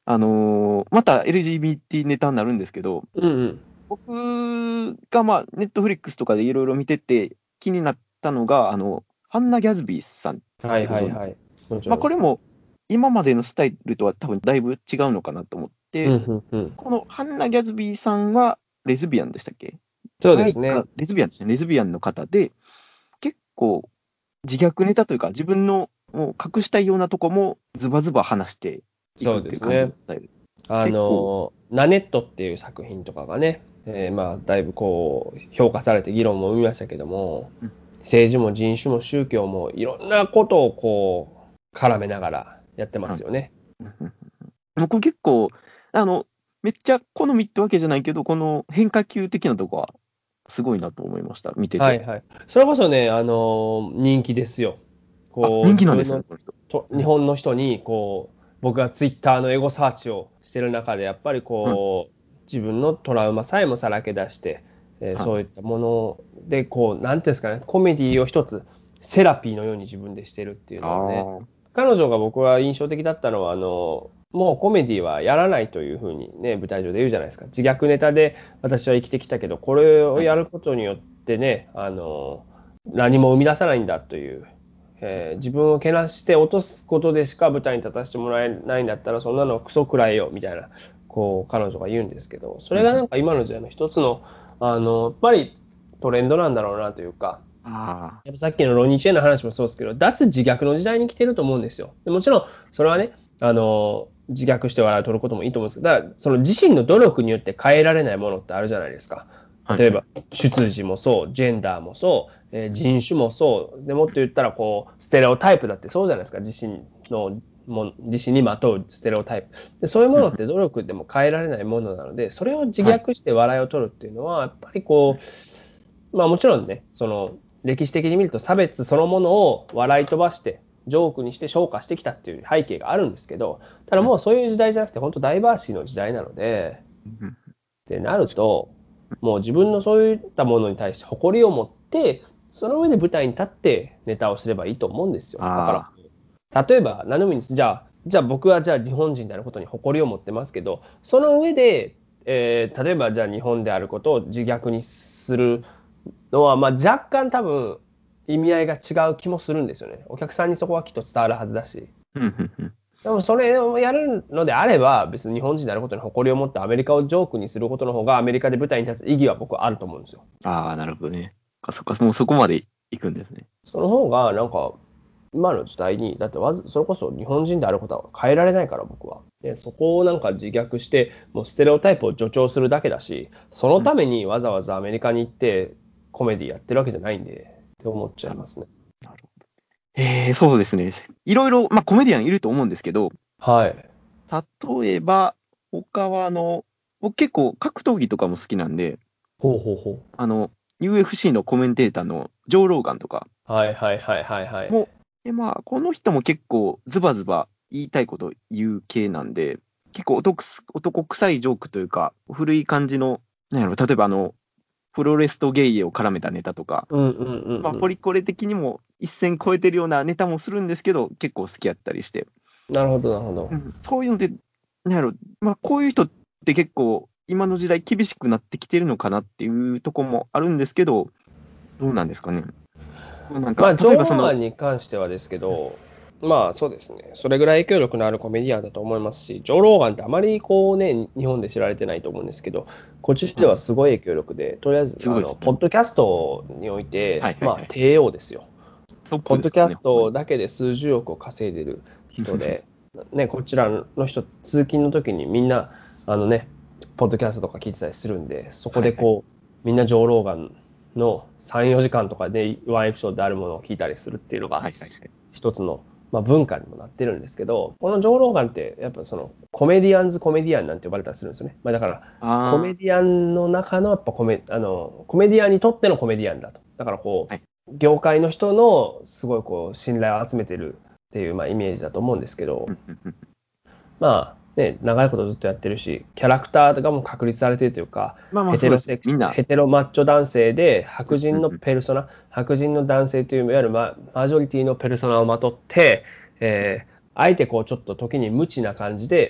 また LGBT ネタになるんですけど、 うんうん。 僕がまあ、ネットフリックスとかでいろいろ見てて気になったのが、ハンナ・ギャズビーさんっはいてご存知？ はいはい。もちまあ、 ろんです。 これも今までのスタイルとは多分だいぶ違うのかなと思っうんて、 うんうん。 このハンナ・ギャズビーさんはレズビアンでしたっけ？はい、 そうですね。 レズビアンですね。レズビアンの方で、結構自虐ネタというか、自分のもう隠したいようなとこもズバズバ話していそうくっていう感じのですね。 スタイル。結構、 ナネットっていう作品とかがね、まあ、だいぶこう、評価されて議論も生みましたけども、 うん政治も人種も宗教もいろんなことをこう、絡めながらやってまはい、 すよね。 うん僕結構、あの、めっちゃ好みってわけじゃないけど、この変化球的なとこはすごいなと思いました、見てて。 はいはい。それこそね、人気ですよ。 あ、 こう、 人気なんですね、 自分のこの人。 日うん、 本の人に、こう、僕がツイッターのエゴサーチをしてる中で、やっぱりはい、 こう、自分のトラウマさえもさらけ出して、 はい。 そういったもので、こう、なんていうんですかね、コメディを一つ、セラピーのように自分でしてるっていうあのはね、 あ、 彼女が僕は印象的だったのは、もうコメディはやらないというふうにね、舞台上で言うじゃないですか。自虐ネタで私は生きてきたけど、これをはい。 やることによってね、何も生み出さないんだという、自分をけなして落とすことでしか舞台に立たせてもらえないんだったら、そんなのクソくらえよみたいな、こう彼女が言うんですけど、そうんうん、 れがなんか今の時代の一つの、やっぱりトレンドなんだろうなというか、 あやっぱさっきのロニー・チェンの話もそうですけど、脱自虐の時代に来てると思うんですよ。でもちろん、それはね、自虐して笑いを取ることもいいと思うんですけど、だから、その自身の努力によって変えられないものってあるじゃないですか。 あ、はい、 例えば、 はい。 出自もそう、ジェンダーもそう、人種もそう、でもっと言ったら、こう、ステレオタイプだってそうじゃないですか。自身にまとうステレオタイプ。で、そういうもうんうん、 のって努力でも変えられないものなので、それを自はい。 虐して笑いを取るっていうのは、やっぱりこう、まあもちろんね、その歴史的に見ると差別そのものを笑い飛ばして、ジョークにして昇華してきたっていう背景があるんですけど、ただうんもうそういう時代じゃなくて、本当ダイバーシティの時代なので、 うんってなると、もう自分のそういったものに対して誇りを持って、その上で舞台に立ってネタをすればいいと思うんですよ。だから、 あ例えば何でもいいんです。じゃあ僕はじゃあ日本人であることに誇りを持ってますけど、その上で、例えばじゃあ日本であることを自虐にするのは、まあ、若干多分意味合いが違う気もするんですよね。お客さんにそこはきっと伝わるはずだし。 あ、うんうんうん。 でもそれをやるのであれば、別に日本人であることに誇りを持ってアメリカをジョークにすることの方がアメリカで舞台に立つ意義は僕はあると思うんですよ。 ああ、なるほどね。そっか、もうそこまで行くんですね。 その方がなんか今の時代に、だってそれこそ日本人であることは変えられないから僕は。で、そこをなんか自虐して、もうステレオタイプを助長するだけだし、そのうん。 ためにわざわざアメリカに行ってコメディやってるわけじゃないんで、って思っちゃいあ、 ますね。 なるほど。そうですね。いろいろ、まあ、コメディアンいると思うんですけど、 はい。 例えば、他は、僕結構格闘技とかも好きなんで、 ほうほうほあの、UFC のコメンテーターのジョー・ローガンとかう。はいはいはいはいはい。 も、で、まあ、この人も結構ズバズバ言いたいこと言う系なんで、結構男臭いジョークというか、古い感じの、なんやろ、例えばプロレスとゲイを絡めたネタとか、 うんうんうんまあ、 うん。 ポリコレ的にも一線超えてるようなネタもするんですけど、結構好きやったりして、 なるほどなるほど。 うん、そういうので、なんやろ、まあ、こういう人って結構、今の時代厳しくなってきてるのかなっていうところもあるんですけど、どうなんですかね。なんか、 まあ、ジョー・例えばローガンに関してはですけど、まあそうですね。それぐらい影響力のあるコメディアンだと思いますし、ジョー・ローガンってあまりこうね、日本で知られてないと思うんですけど、こっちではい、 はすごい影響力で、とりあえず、 すごいですね。 ポッドキャストにおいて、まあ、 はいはいはい。 帝王ですよ。 トッポッドキャプですからね、ほんまに。 ストだけで数十億を稼いでる人で、ね、こちらの人、通勤の時にみんな、ね、ポッドキャストとか聞いてたりするんで、そこはいはい。 でこう、みんな上ローガンの3、4時間とかでワンエピソードであるものを聞いたりするっていうのが、 はいはいはい。 一つの、まあ、文化にもなってるんですけど、この上ローガンって、やっぱその、コメディアンズ・コメディアンなんて呼ばれたりするんですよね。まあ、だから、コメあディアンの中の、やっぱコメディアンにとってのコメディアンだと。だからこあ、はい。 う、業界の人のすごいこう信頼を集めてるっていう、まあ、イメージだと思うんですけど、 うんうんうん。 まあね、長いことずっとやってるし、キャラクターがもう確立されているというか、 まあまあ、 ヘテそうです。 ロセックス、 みんな、 ヘテロマッチョ男性で白人のうんうんうん。 ペルソナ、白人の男性といういわゆるマジョリティのペルソナをまとって、相手こうちょっと時に無知な感じで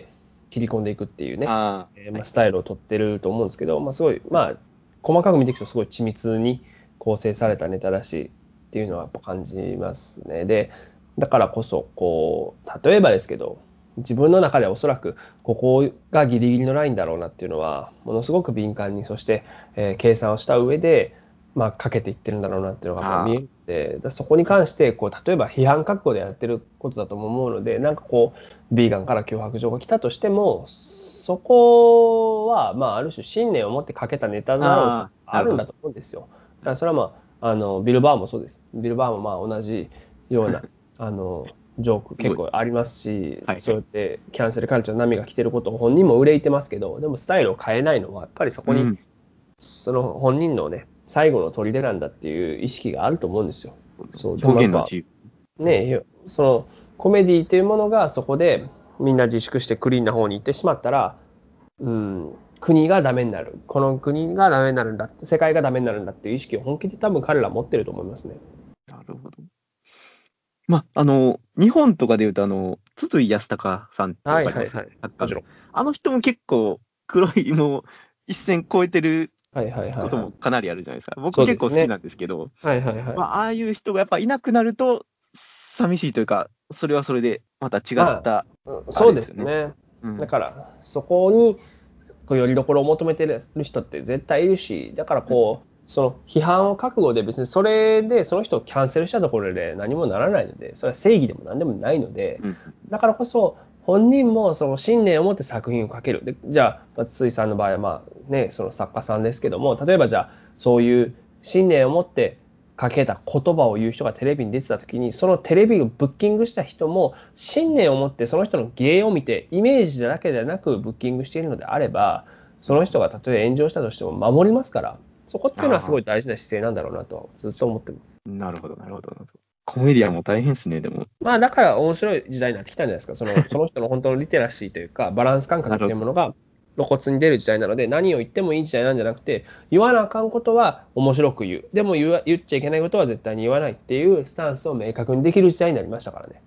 切り込んでいくっていうね、スタイルを取ってると思うんですけど、すごい、細かく見ていくとすごい緻密に構成されたネタだしっていうのはやっぱ感じますね。で、だからこそ、例えばですけど、自分の中ではおそらくここがギリギリのラインだろうなっていうのは、ものすごく敏感に、そして、計算をした上で、かけていってるんだろうなっていうのがやっぱ見えるので、そこに関して例えば批判覚悟でやってることだとも思うので、ビーガンから脅迫状が来たとしても、そこはある種信念を持ってかけたネタだろうがあるんだと思うんですよ。だからそれはビル・バーもそうです。ビル・バーも同じようなジョーク結構ありますし、そうやってキャンセルカルチャーの波が来てることを本人も憂いてますけど、でもスタイルを変えないのはやっぱりそこに、その本人のね、最後の砦なんだっていう意識があると思うんですよ。 そう表現の自由。 ね、そのコメディというものがそこでみんな自粛してクリーンな方に行ってしまったら、国がダメになる。この国がダメになるんだ。世界がダメになるんだっていう意識を本気で多分彼ら持ってると思いますね。 なるほど。日本とかでいうと、筒井康隆さんってわかります？ もちろん。 あの人も結構黒い、もう一線超えてることもかなりあるじゃないですか。僕結構好きなんですけど、ああいう人がやっぱいなくなると寂しいというか、それはそれでまた違った、 そうですね。だからそこによりどころを求めてる人って絶対いるし、だからその批判を覚悟で別にそれでその人をキャンセルしたところで何もならないので、それは正義でも何でもないので、だからこそ本人もその信念を持って作品を書ける。で、じゃあ筒井さんの場合はその作家さんですけども、例えばじゃあそういう信念を持ってかけた言葉を言う人がテレビに出てた時に、そのテレビをブッキングした人も信念を持ってその人の芸を見てイメージだけでなくブッキングしているのであれば、その人がたとえ炎上したとしても守りますから、そこっていうのはすごい大事な姿勢なんだろうなとずっと思ってます。 なるほど。コメディアンも大変ですね、でも。 だから面白い時代になってきたんじゃないですか。その人の本当のリテラシーというかバランス感覚っていうものが露骨に出る時代なので、何を言ってもいい時代なんじゃなくて、言わなあかんことは面白く言う。でも言っちゃいけないことは絶対に言わないっていうスタンスを明確にできる時代になりましたからね。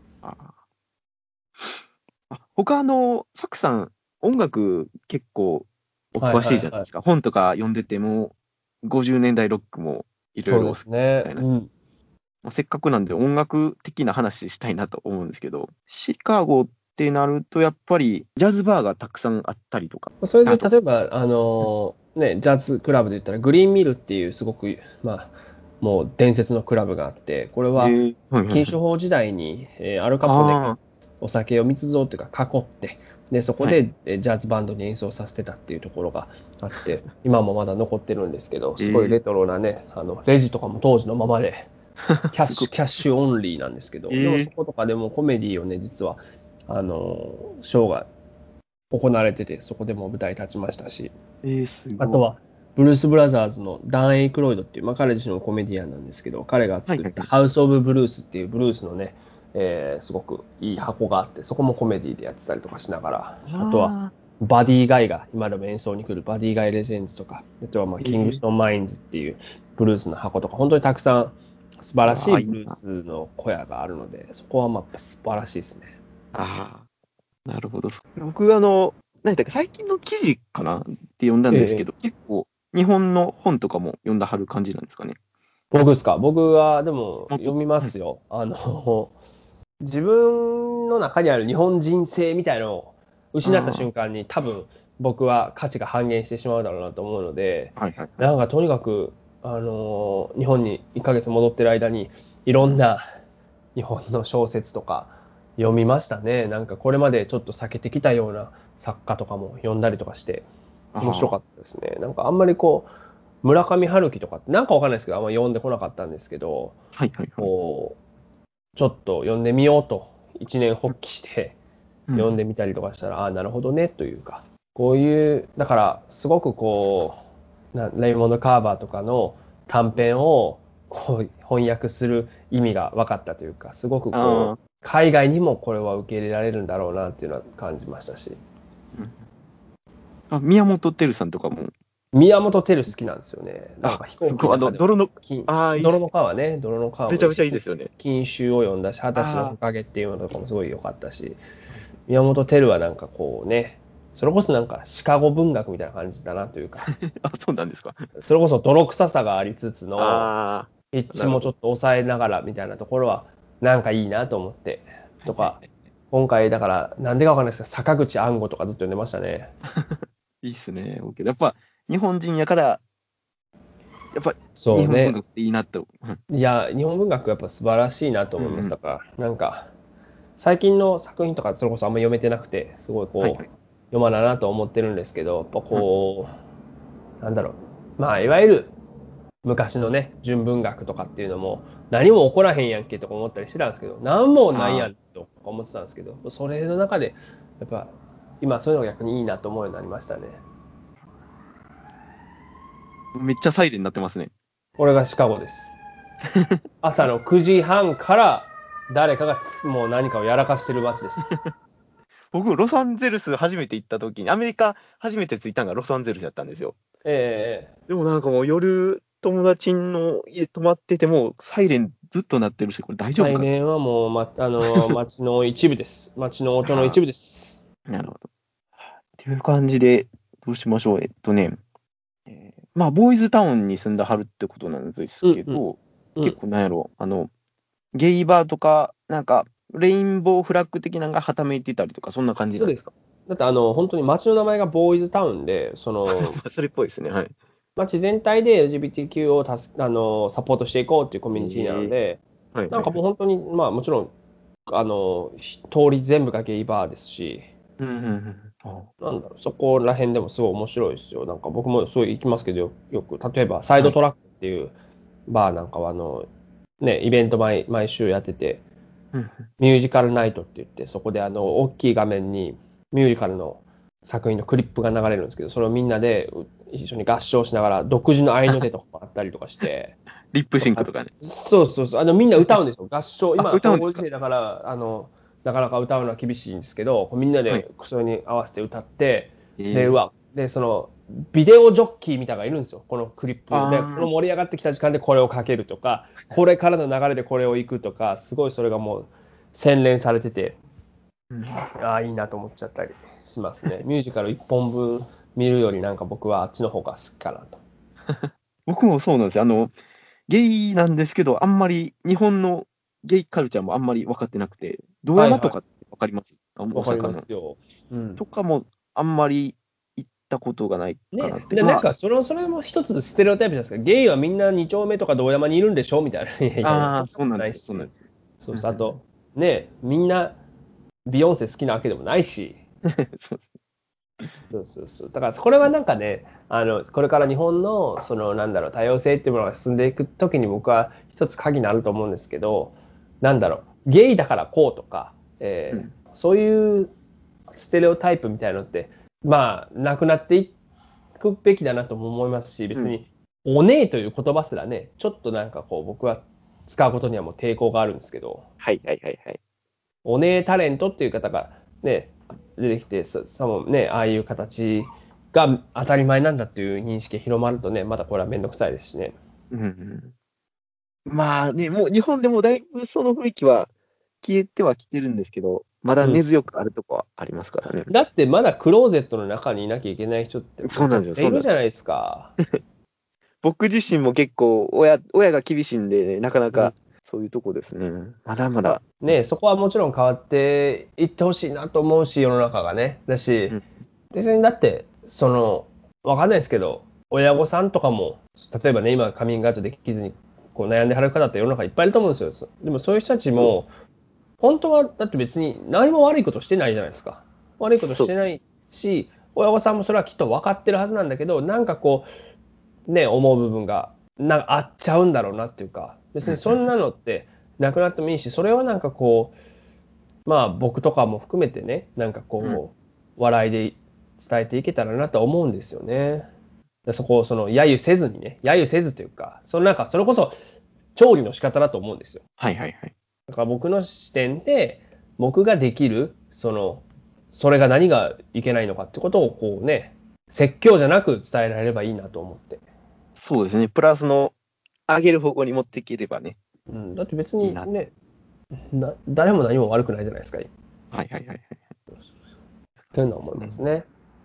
他サクさん、音楽結構お詳しいじゃないですか。本とか読んでても、50年代ロックもいろいろお好きみたいな。せっかくなんで音楽的な話したいなと思うんですけど、シカゴってなると、やっぱりジャズバーがたくさんあったりとか。 それで例えば、ジャズクラブで言ったら、グリーンミルっていうすごく、もう伝説のクラブがあって、これは禁酒法時代に、アルカポネがお酒を密造というか囲って、でそこでジャズバンドに演奏させてたっていうところがあって、今もまだ残ってるんですけど、すごいレトロなね、レジとかも当時のままで、キャッシュオンリーなんですけど、でもそことかでもコメディをね、実は、ショーが行われてて、そこでも舞台立ちましたし、あとは、ブルース・ブラザーズのダン・エイクロイドっていう、彼自身もコメディアンなんですけど、彼が作ったハウス・オブ・ブルースっていうブルースのね、すごくいい箱があって、そこもコメディでやってたりとかしながら、あとは、バディ・ガイが今でも演奏に来るバディ・ガイ・レジェンズとか、あとはキングストン・マインズっていうブルースの箱とか、本当にたくさん素晴らしいブルースの小屋があるので、そこは素晴らしいですね。 なるほど。僕何だっけ、最近の記事かなって読んだんですけど、結構日本の本とかも読んだはる感じなんですかね。 僕ですか？僕はでも読みますよ。自分の中にある日本人性みたいのを失った瞬間に多分僕は価値が半減してしまうだろうなと思うので、なんかとにかく、日本に1ヶ月戻ってる間にいろんな日本の小説とか読みましたね。なんかこれまでちょっと避けてきたような作家とかも読んだりとかして面白かったですね。なんかあんまり村上春樹とかってなんかわかんないですけど、あんま読んでこなかったんですけど、ちょっと読んでみようと一年発起して読んでみたりとかしたら、なるほどねというか、こういうだからすごくレイモンド・カーバーとかの短編を翻訳する意味が分かったというか、すごく海外にもこれは受け入れられるんだろうなっていうのは感じましたし。 宮本照さんとかも。 宮本照好きなんですよね。なんか飛行機の中で泥の川ね、泥の川めちゃめちゃいいですよね。 禁酒を読んだし、20歳のおかげっていうのとかもすごい良かったし、宮本照はなんかそれこそなんかシカゴ文学みたいな感じだなというか、 あ、そうなんですか。 それこそ泥臭さがありつつの、 ああ、 エッジなるほど。 もちょっと抑えながらみたいなところは、なんかいいなと思って、とか、 はいはいはい。 今回だから、なんでかわかんないですけど、坂口安吾とかずっと読んでましたね。 いいっすね。OK。やっぱ、日本人やから、やっぱ、日そうね。 本文学っていいなと。うん。 いや、日本文学やっぱ素晴らしいなと思います。だうんうん。 から、なんか、最近の作品とかそれこそあんま読めてなくて、すごいこう、 はいはい。 読まななと思ってるんですけど、やっぱうん。 こう、なんだろう。まあ、いわゆる昔のね、純文学とかっていうのも、何も起こらへんやんけとか思ったりしてたんですけど、何もないやあんと思ってたんですけど、それの中で、やっぱ、今そういうのが逆にいいなと思うようになりましたね。 あ、めっちゃサイレンになってますね。 これがシカゴです。朝の9時半から誰かがもう何かをやらかしてる街です。 僕、ロサンゼルス初めて行った時に、アメリカ初めて着いたのがロサンゼルスだったんですよ。 ええ、 でもなんかもう夜、友達の家泊まってても、サイレンずっと鳴ってるし、これ大丈夫か。 サイレンはもう、街の一部です。街の音のあ一部です。 あ、なるほど。っていう感じで、どうしましょう。まあ、ボーイズタウンに住んだはるってことなんですうんうんけど、結うん。 構なんやろ、ゲイバーとか、なんか、レインボーフラッグ的なのがはためいてたりとか、そんな感じそうです。 なんですか？ だって本当に街の名前がボーイズタウンで、 それっぽいですね。はい。 街全体で LGBTQ をサポートしていこうっていうコミュニティなのええ、 で、なんかはいはいはい。 もう本当に、まあもちろん、通り全部がゲイバーですし、 うんうんうん。あ、 なんだろう、そこら辺でもすごい面白いですよ。なんか僕もそう行きますけど、よく、例えばサイはい。 ドトラックっていうバーなんかは、ね、イベント毎週やってて、 うんうん。 ミュージカルナイトって言って、そこで大きい画面にミュージカルの作品のクリップが流れるんですけど、それをみんなで一緒に合唱しながら、独自の合いの手とかもあったりとかして、 リップシンクあとかね。 そうそうそう、みんな歌うんですよ。合唱、 あ、 今こ歌うんですか？ のご時世だから、なかなか歌うのは厳しいんですけど、みんなはい。 でそれに合わせて歌って、で、 ええ、 ビデオジョッキーみたいなのがいるんですよ。このクリップで、このあ盛り上がってきた時間でこれをかけるとか、これからの流れでこれを行くとか、すごいそれがもう洗練されてて、 ー、うん。 ああ、いいなと思っちゃったりしますね。ミュージカル1本分見るよりなんか僕はあっちの方が好きかなと。 僕もそうなんですよ。ゲイなんですけど、あんまり日本のゲイカルチャーもあんまり分かってなくて、堂はいはい。 山とかって分かります？大わかり阪の。 ますよ。うん。 とかもあんまり行ったことがないかね、 なって。 で、なんまかそれも一つステレオタイプじゃないですか。ゲイはみんな2丁目とか堂山にいるんでしょみたいな。いやいあ、 やいや、 ああ、 そんなことそうなんですよ。そうなないし。 んですよ。 そうそう。あうんうんうん。 と、ね、みんなビヨンセ好きなわけでもないし。 そうです。 そうそうそう。だからこれはなんかね、これから日本の、なんだろう、多様性っていうものが進んでいくときに僕は一つ鍵になると思うんですけど、なんだろう、ゲイだからこうとか、 うん。 そういうステレオタイプみたいなのって、まあ、なくなっていくべきだなとも思いますし、 うん。 別に、おねえという言葉すらね、ちょっとなんかこう、僕は使うことにはもう抵抗があるんですけど、 はいはいはいはい。 おねえタレントっていう方がね、出てきて、さもね、ああいう形が当たり前なんだっていう認識が広まるとね、またこれはめんどくさいですしね。 うんうん。まあね、もう日本でもだいぶその雰囲気は消えてはきてるんですけど、まだうん。 根強くあるとこはありますからね。 だってまだクローゼットの中にいなきゃいけない人ってそうなんですよ、 めちゃくちゃいそうなんですよ。 るじゃないですか。 僕自身も結構親が厳しいんで、ね、なかなかそういうとこですね。まだまだ。 まあね、そこはもちろん変わっていってほしいなと思うし、世の中がね。だし、 うん。 別にだって、わかんないですけど、親御さんとかも、例えばね、今カミングアウトできずにこう悩んではる方って世の中いっぱいいると思うんですよ。でもそういう人たちそう、 も、本当はだって別に何も悪いことしてないじゃないですか。悪いことしそう。 てないし、親御さんもそれはきっと分かってるはずなんだけど、なんかこう、ね、思う部分が、なんかあっちゃうんだろうなっていうか、別うんうん。 にそんなのってなくなってもいいし、それはなんかこう、まあ僕とかも含めてね、なんかうん。 こう、笑いで伝えていけたらなと思うんですよね。そこを揶揄せずにね、揶揄せずというか、なんかそれこそ調理の仕方だと思うんですよ。 はいはいはい。 だから僕の視点で、僕ができる、それが何がいけないのかってことをこうね、説教じゃなく伝えられればいいなと思って。 そうですね。プラスの上げる方向に持っていければね、 うん、だって別いいな。 にね、誰も何も悪くないじゃないですか。 はいはいはいはい。 というのは思いそうですね。 ますね。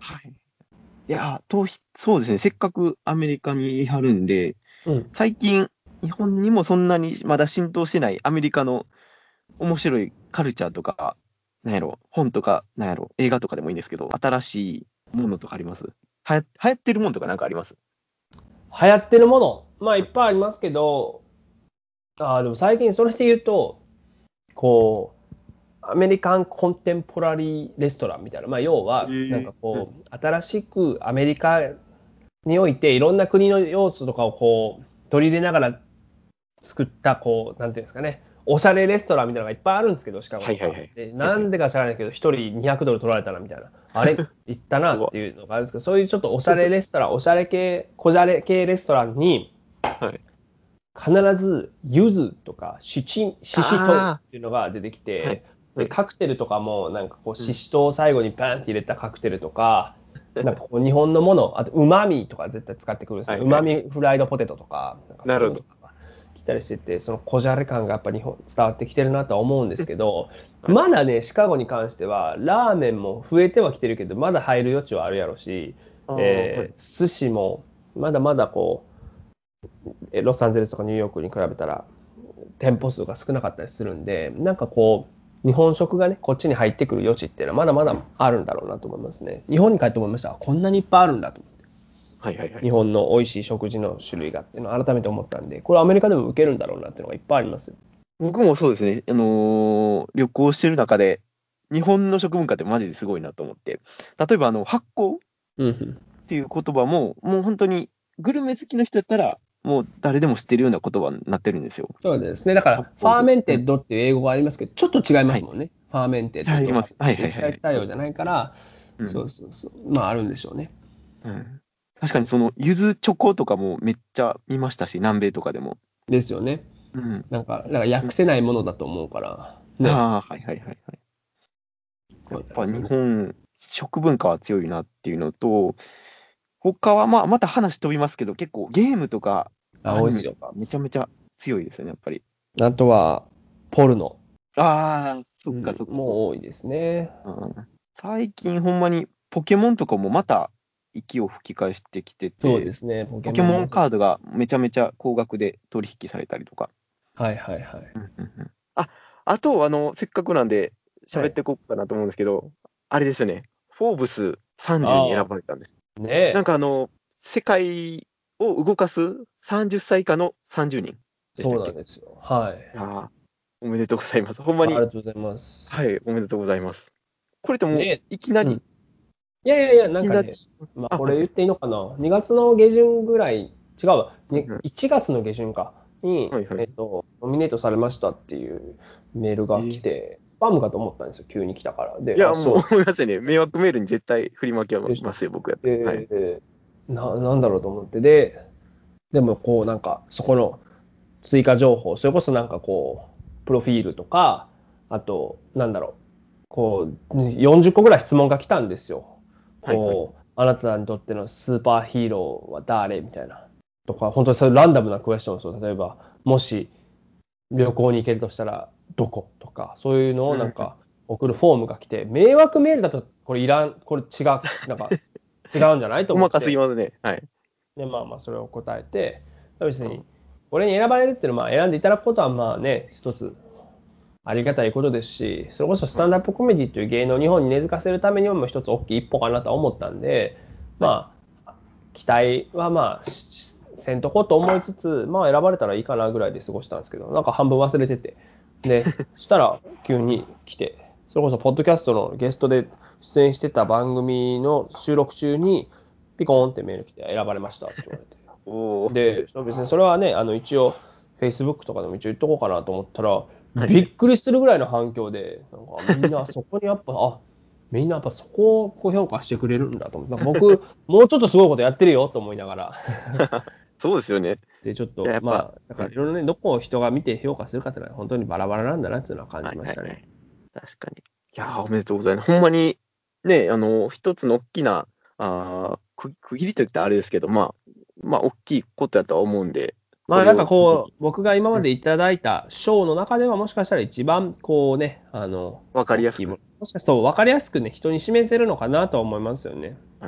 はい。いや、そうですね。せっかくアメリカにいはるんで、 うん。 最近、日本にもそんなにまだ浸透してないアメリカの面白いカルチャーとか、なんやろ、本とか、なんやろ、映画とかでもいいんですけど、新しいものとかあります？流行ってるものとかなんかあります？ 流行ってるもの、まあいっぱいありますけど、でも最近それで言うと、こう、アメリカンコンテンポラリーレストランみたいな、まあ要は、なんかうん。 こう、新しくアメリカにおいていろんな国の要素とかをこう、取り入れながら作った、こう、なんていうんですかね、おしゃれレストランみたいなのがいっぱいあるんですけど、シカゴとか。 はいはいはい。 で、 はいはい。 なんでか知らないけど、一人200ドル取られたなみたいな。あれ行ったなうわ。 っていうのがあるんですけど、そういうちょっとおしゃれレストラン、おしゃれ系、こじゃれ系レストランに、 はい。 必ず柚子とかシシトウあっていうのが出てきあ、はい。 て、で、 はい。 カクテルとかも、なんかこう、 うん。 シシトウを最後にパンって入れたカクテルとか、なんかこう、日本のもの、あと、うまみとか絶対使ってくるんですね。うまはいはい。 みフライドポテトとか、なんかなるほど。 そういうのとかが来たりしてて、そのこじゃれ感がやっぱ日本伝わってきてるなとは思うんですけど、 はい。 まだね、シカゴに関しては、ラーメンも増えてはきてるけど、まだ入る余地はあるやろし、 ああ、はい。 寿司も、まだまだこロサンゼルスとかニューヨークに比べたら店舗数が少なかったりするんで、なんかこう、日本食がね、こっちに入ってくる余地っていうのはまだまだあるんだろうなと思いますね。日本に帰って思いました。こんなにいっぱいあるんだと思って。 はいはいはい。 日本の美味しい食事の種類がっていうのを改めて思ったんで、これアメリカでも受けるんだろうなっていうのがいっぱいありますよ。 僕もそうですね。旅行してる中で、日本の食文化ってマジですごいなと思って。例えば、発酵っうん。 ていう言葉も、もう本当に、グルメ好きの人やったら、もう誰でも知ってるような言葉になってるんですよ。 そうですね。だから、フ発酵って。 ァーメンテうん。 ッドっていう英語がありますけど、ちょっと違いまはい。 すもんね。ファーメンテッじゃあ、 ドとあります。はいはい一はいはい。 体作用じゃないから、 うん。 そうそうそう。まあ、あるんでしょうね。 うん。確かにその、柚子チョコとかもめっちゃ見ましたし、南米とかでも。 ですよね。 うん。 だからうん。 訳せないものだと思うから、ね。 ああ、はいはいはいはい。やそっぱうなんですよね。 日本、食文化は強いなっていうのと、他はまあ、また話飛びますけど、結構ゲームとかア多いですよ。 ニメとかめちゃめちゃ強いですよね、やっぱり。 あとは、ポルノ。 ああ、そっかうん、 そっかそっか。 もう多いですね。 うん、最近ほんまにポケモンとかもまた息を吹き返してきてて、 そうですね。ポケポケモンモンカードもそうです。 がめちゃめちゃ高額で取引されたりとか。 はいはいはい。 うんうんうん。あと、せっかくなんではい。 喋っていこうかなと思うんですけど、あれですよね、フォーブス30に選ああ、 ばれたんです。 ねえ。 なんか世界を動かす30歳以下の30人でしたそうっけ？いなんですよ。はい。 やー、おめでとうございます。ほんまに、 ありがとうございます。 はい、おめでとうございます。これってもう、 ねえ。うん。 いきなり、 いやいやいや、 いきなり、 なんかね、まああ、はいはい。 これ言っていいのかな。2月の下旬ぐらい、違うわ。 はいはい。 1月の下旬か。に、 はいはい。 ノミネートされましたっていうメールが来えーて、スパムかと思ったんですよ。急に来たから。で、 いや、 あ、 もうそう思いますね。迷惑メールに絶対振りまきでしょ。 ますよ、僕やったら。はい。 で、なんだろうと思って。でもこうなんかそこの追加情報、それこそなんかこう、プロフィールとか、あと、なんだろう、こう、40個ぐらい質問が来たんですよ。 はいはい。 こう、あなたにとってのスーパーヒーローは誰みたいな。とか、本当にそういうランダムなクエスチョンですよ。例えば、もし旅行に行けるとしたらどことか、そういうのうん。 をなんか送るフォームが来て、迷惑メールだとこれいらん、これ違う、なんか違うんじゃないと思細かすぎって、 ますね。はい。 で、まあまあそれを答えて、別に、これに選ばれるっていうのは、まあ選んでいただくことはまあね、一つありがたいことですし、それこそスはい。 タンダップコメディという芸能を日本に根付かせるためにも一つ大きい一歩かなとは思ったんで、 はい。 まあ、期待はまあ、せんとこうと思いつつ、まあ選ばれたらいいかなぐらいで過ごしたんですけど、なんか半分忘れてて。で、そしたら急に来て、それこそポッドキャストのゲストで出演してた番組の収録中に、ピコーンってメール来て選ばれましたって言われて。 おー。 で、別にそれはね、一応、Facebook とかでも一応言っとこうかなと思ったら、びっはいはい。 くりするぐらいの反響で、なんかみんなそこにやっぱ、みんなやっぱそこをこう評価してくれるんだと思って、なんか僕、もうちょっとすごいことやってるよと思いながら、 そうですよね。 で、ちょっいや、 と、 やっぱ、 まあ、だうん。 からいろいろね、どこを人が見て評価するかっていうのは本当にバラバラなんだなっていうのは感はいじましたね。 はいはい。確かに。いやー、おめでとうございます。ほんまに、ね、一つの大きな、区切りといったらあれですけど、まあ、大きいことやとは思うんで、 まあなんかこれを、本当に、 こう、僕が今うん、 までいただいた賞の中ではもしかしたら一番こうね、 わかりやすく。 大きいもの。もしかしたら分かりやすくね、人に示せるのかなとは思いますよね。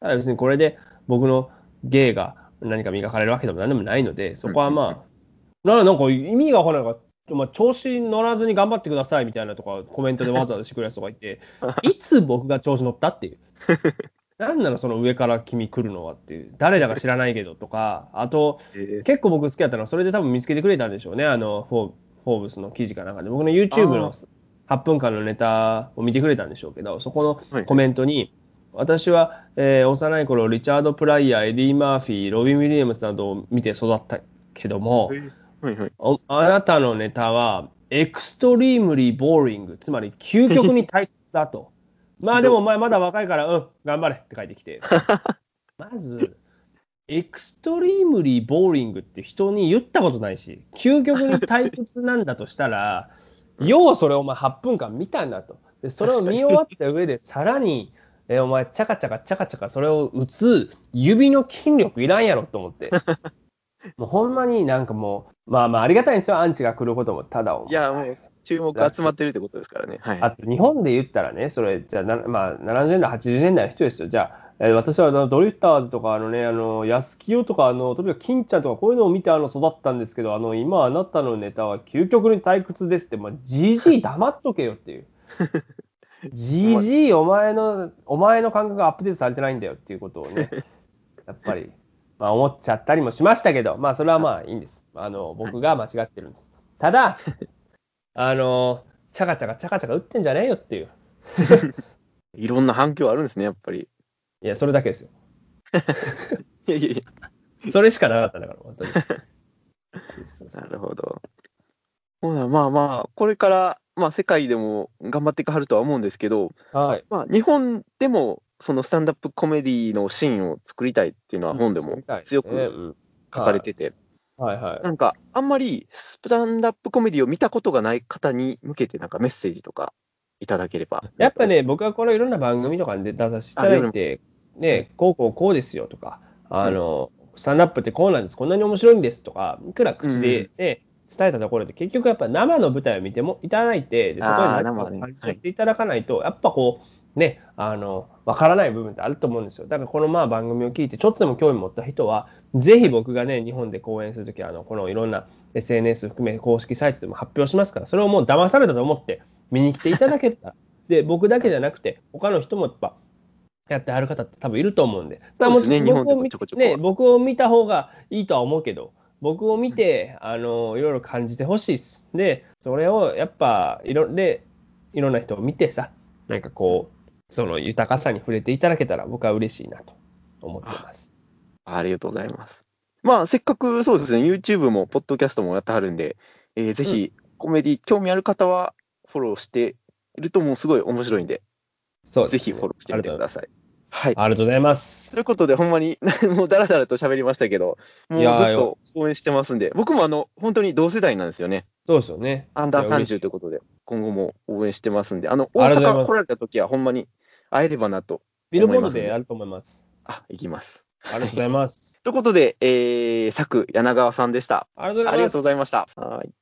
ただ別にこれで僕の芸が何か磨かれるわけでも何でもないので、そこはまあ、なんか意味がわからないから、まあ、調子乗らずに頑張ってくださいみたいなとかコメントでわざわざしてくるやつとかいて、いつ僕が調子乗ったっていう。なんなのその上から君来るのはっていう。誰だか知らないけどとか、あと、結構僕好きだったのは、それで多分見つけてくれたんでしょうね。フォーブスの記事かなんかで。僕の YouTube の8分間のネタを見てくれたんでしょうけど、そこのコメントに、私は、幼い頃、リチャード・プライヤー、エディ・マーフィー、ロビン・ウィリアムスなどを見て育ったけども、あなたのネタは、エクストリームリー・ボーリング、つまり究極に退屈だと。まあでもお前まだ若いから、頑張れって書いてきて。まず、エクストリームリーボーリングって人に言ったことないし、究極に退屈なんだとしたら、要はそれをお前8分間見たんだと。で、それを見終わった上で、さらに、お前、チャカチャカチャカチャカそれを打つ指の筋力いらんやろと思って。もうほんまになんかもう、まあまあありがたいんですよ、アンチが来ることも。ただお前。 いや、もう注目集まってるってことですからね。 あと日本で言ったらね、それ、じゃあまあ、70年代、80年代の人ですよ。じゃあ、私はドリフターズとか、安清とか、とにかく金ちゃんとか、こういうのを見て育ったんですけど、今あなたのネタは究極に退屈ですって、まあ、じじい黙っとけよっていう。じじい、お前の感覚がアップデートされてないんだよっていうことをね、やっぱり、まあ思っちゃったりもしましたけど、まあそれはまあいいんです。僕が間違ってるんです。ただ、あの、チャカチャカチャカチャカ打ってんじゃねえよっていう。 いろんな反響あるんですね、やっぱり。 いや、それだけですよ。 いやいやいや。 それしかなかったんだから、本当に。 なるほど。まあまあ、これから、まあ世界でも頑張っていかはるとは思うんですけど、 はい。 まあ日本でもそのスタンダップコメディのシーンを作りたいっていうのは本でも作りたいですね。 強く書かれはてて、 い。はいはい。 なんかあんまりスタンダップコメディを見たことがない方に向けてなんかメッセージとかいただければありがたいです。 やっぱね、僕はこのいろんな番組とかに出させていただ夜も。 いて、 はい。 ね、こうですよとか、 はい。 スタンダップってこうなんです、こんなに面白いんですとか、いくら口で、 うん。 ね、伝えたところで、結局やっぱ生の舞台を見てもいただいて、でそこでああ、 何かを生はね。 感じはい。 取っていただかないと、やっぱこう、ね、わからない部分ってあると思うんですよ。だからこのまあ番組を聞いて、ちょっとでも興味持った人は、ぜひ僕がね、日本で講演するときは、このいろんな SNS 含め公式サイトでも発表しますから、それをもう騙されたと思って見に来ていただけたら、で、僕だけじゃなくて、他の人もやっぱ、やってはる方って多分いると思うんで、もちろんそうですね。日本でもちょこちょこは。 僕を見た方がいいとは思うけど、僕を見て、いろいろ感じてほしいです。で、それをやっぱ、いろんな人を見てさ、なんかこう、その豊かさに触れていただけたら僕は嬉しいなと思ってあ、 ます。 ありがとうございます。まあ、せっかくそうですね、YouTube も、ポッドキャストもやってはるんで、ぜうん、 ひ、コメディ、興味ある方は、フォローしているともうすごい面白いんで、ぜひそうですね。 フォローしてみてください。はい。 ありがとうございます。 ということで、ほんまに、もうだらだらと喋りましたけど、もうずっいやーと応援してますんで、僕も本当に同世代なんですよね。 そうですよね。いや、 アンダー嬉し 30ということで、今後も応援してますんで、大い。ありがとうござい阪来らます。 れた時は、ほんまに会えればなとビルボー思いますんで、 ドでやると思います。 行きます。 ありがとうございはい。 ます。 ということで、佐久柳川さんでした。 ありがとうございありがとうございまします。 た。はい。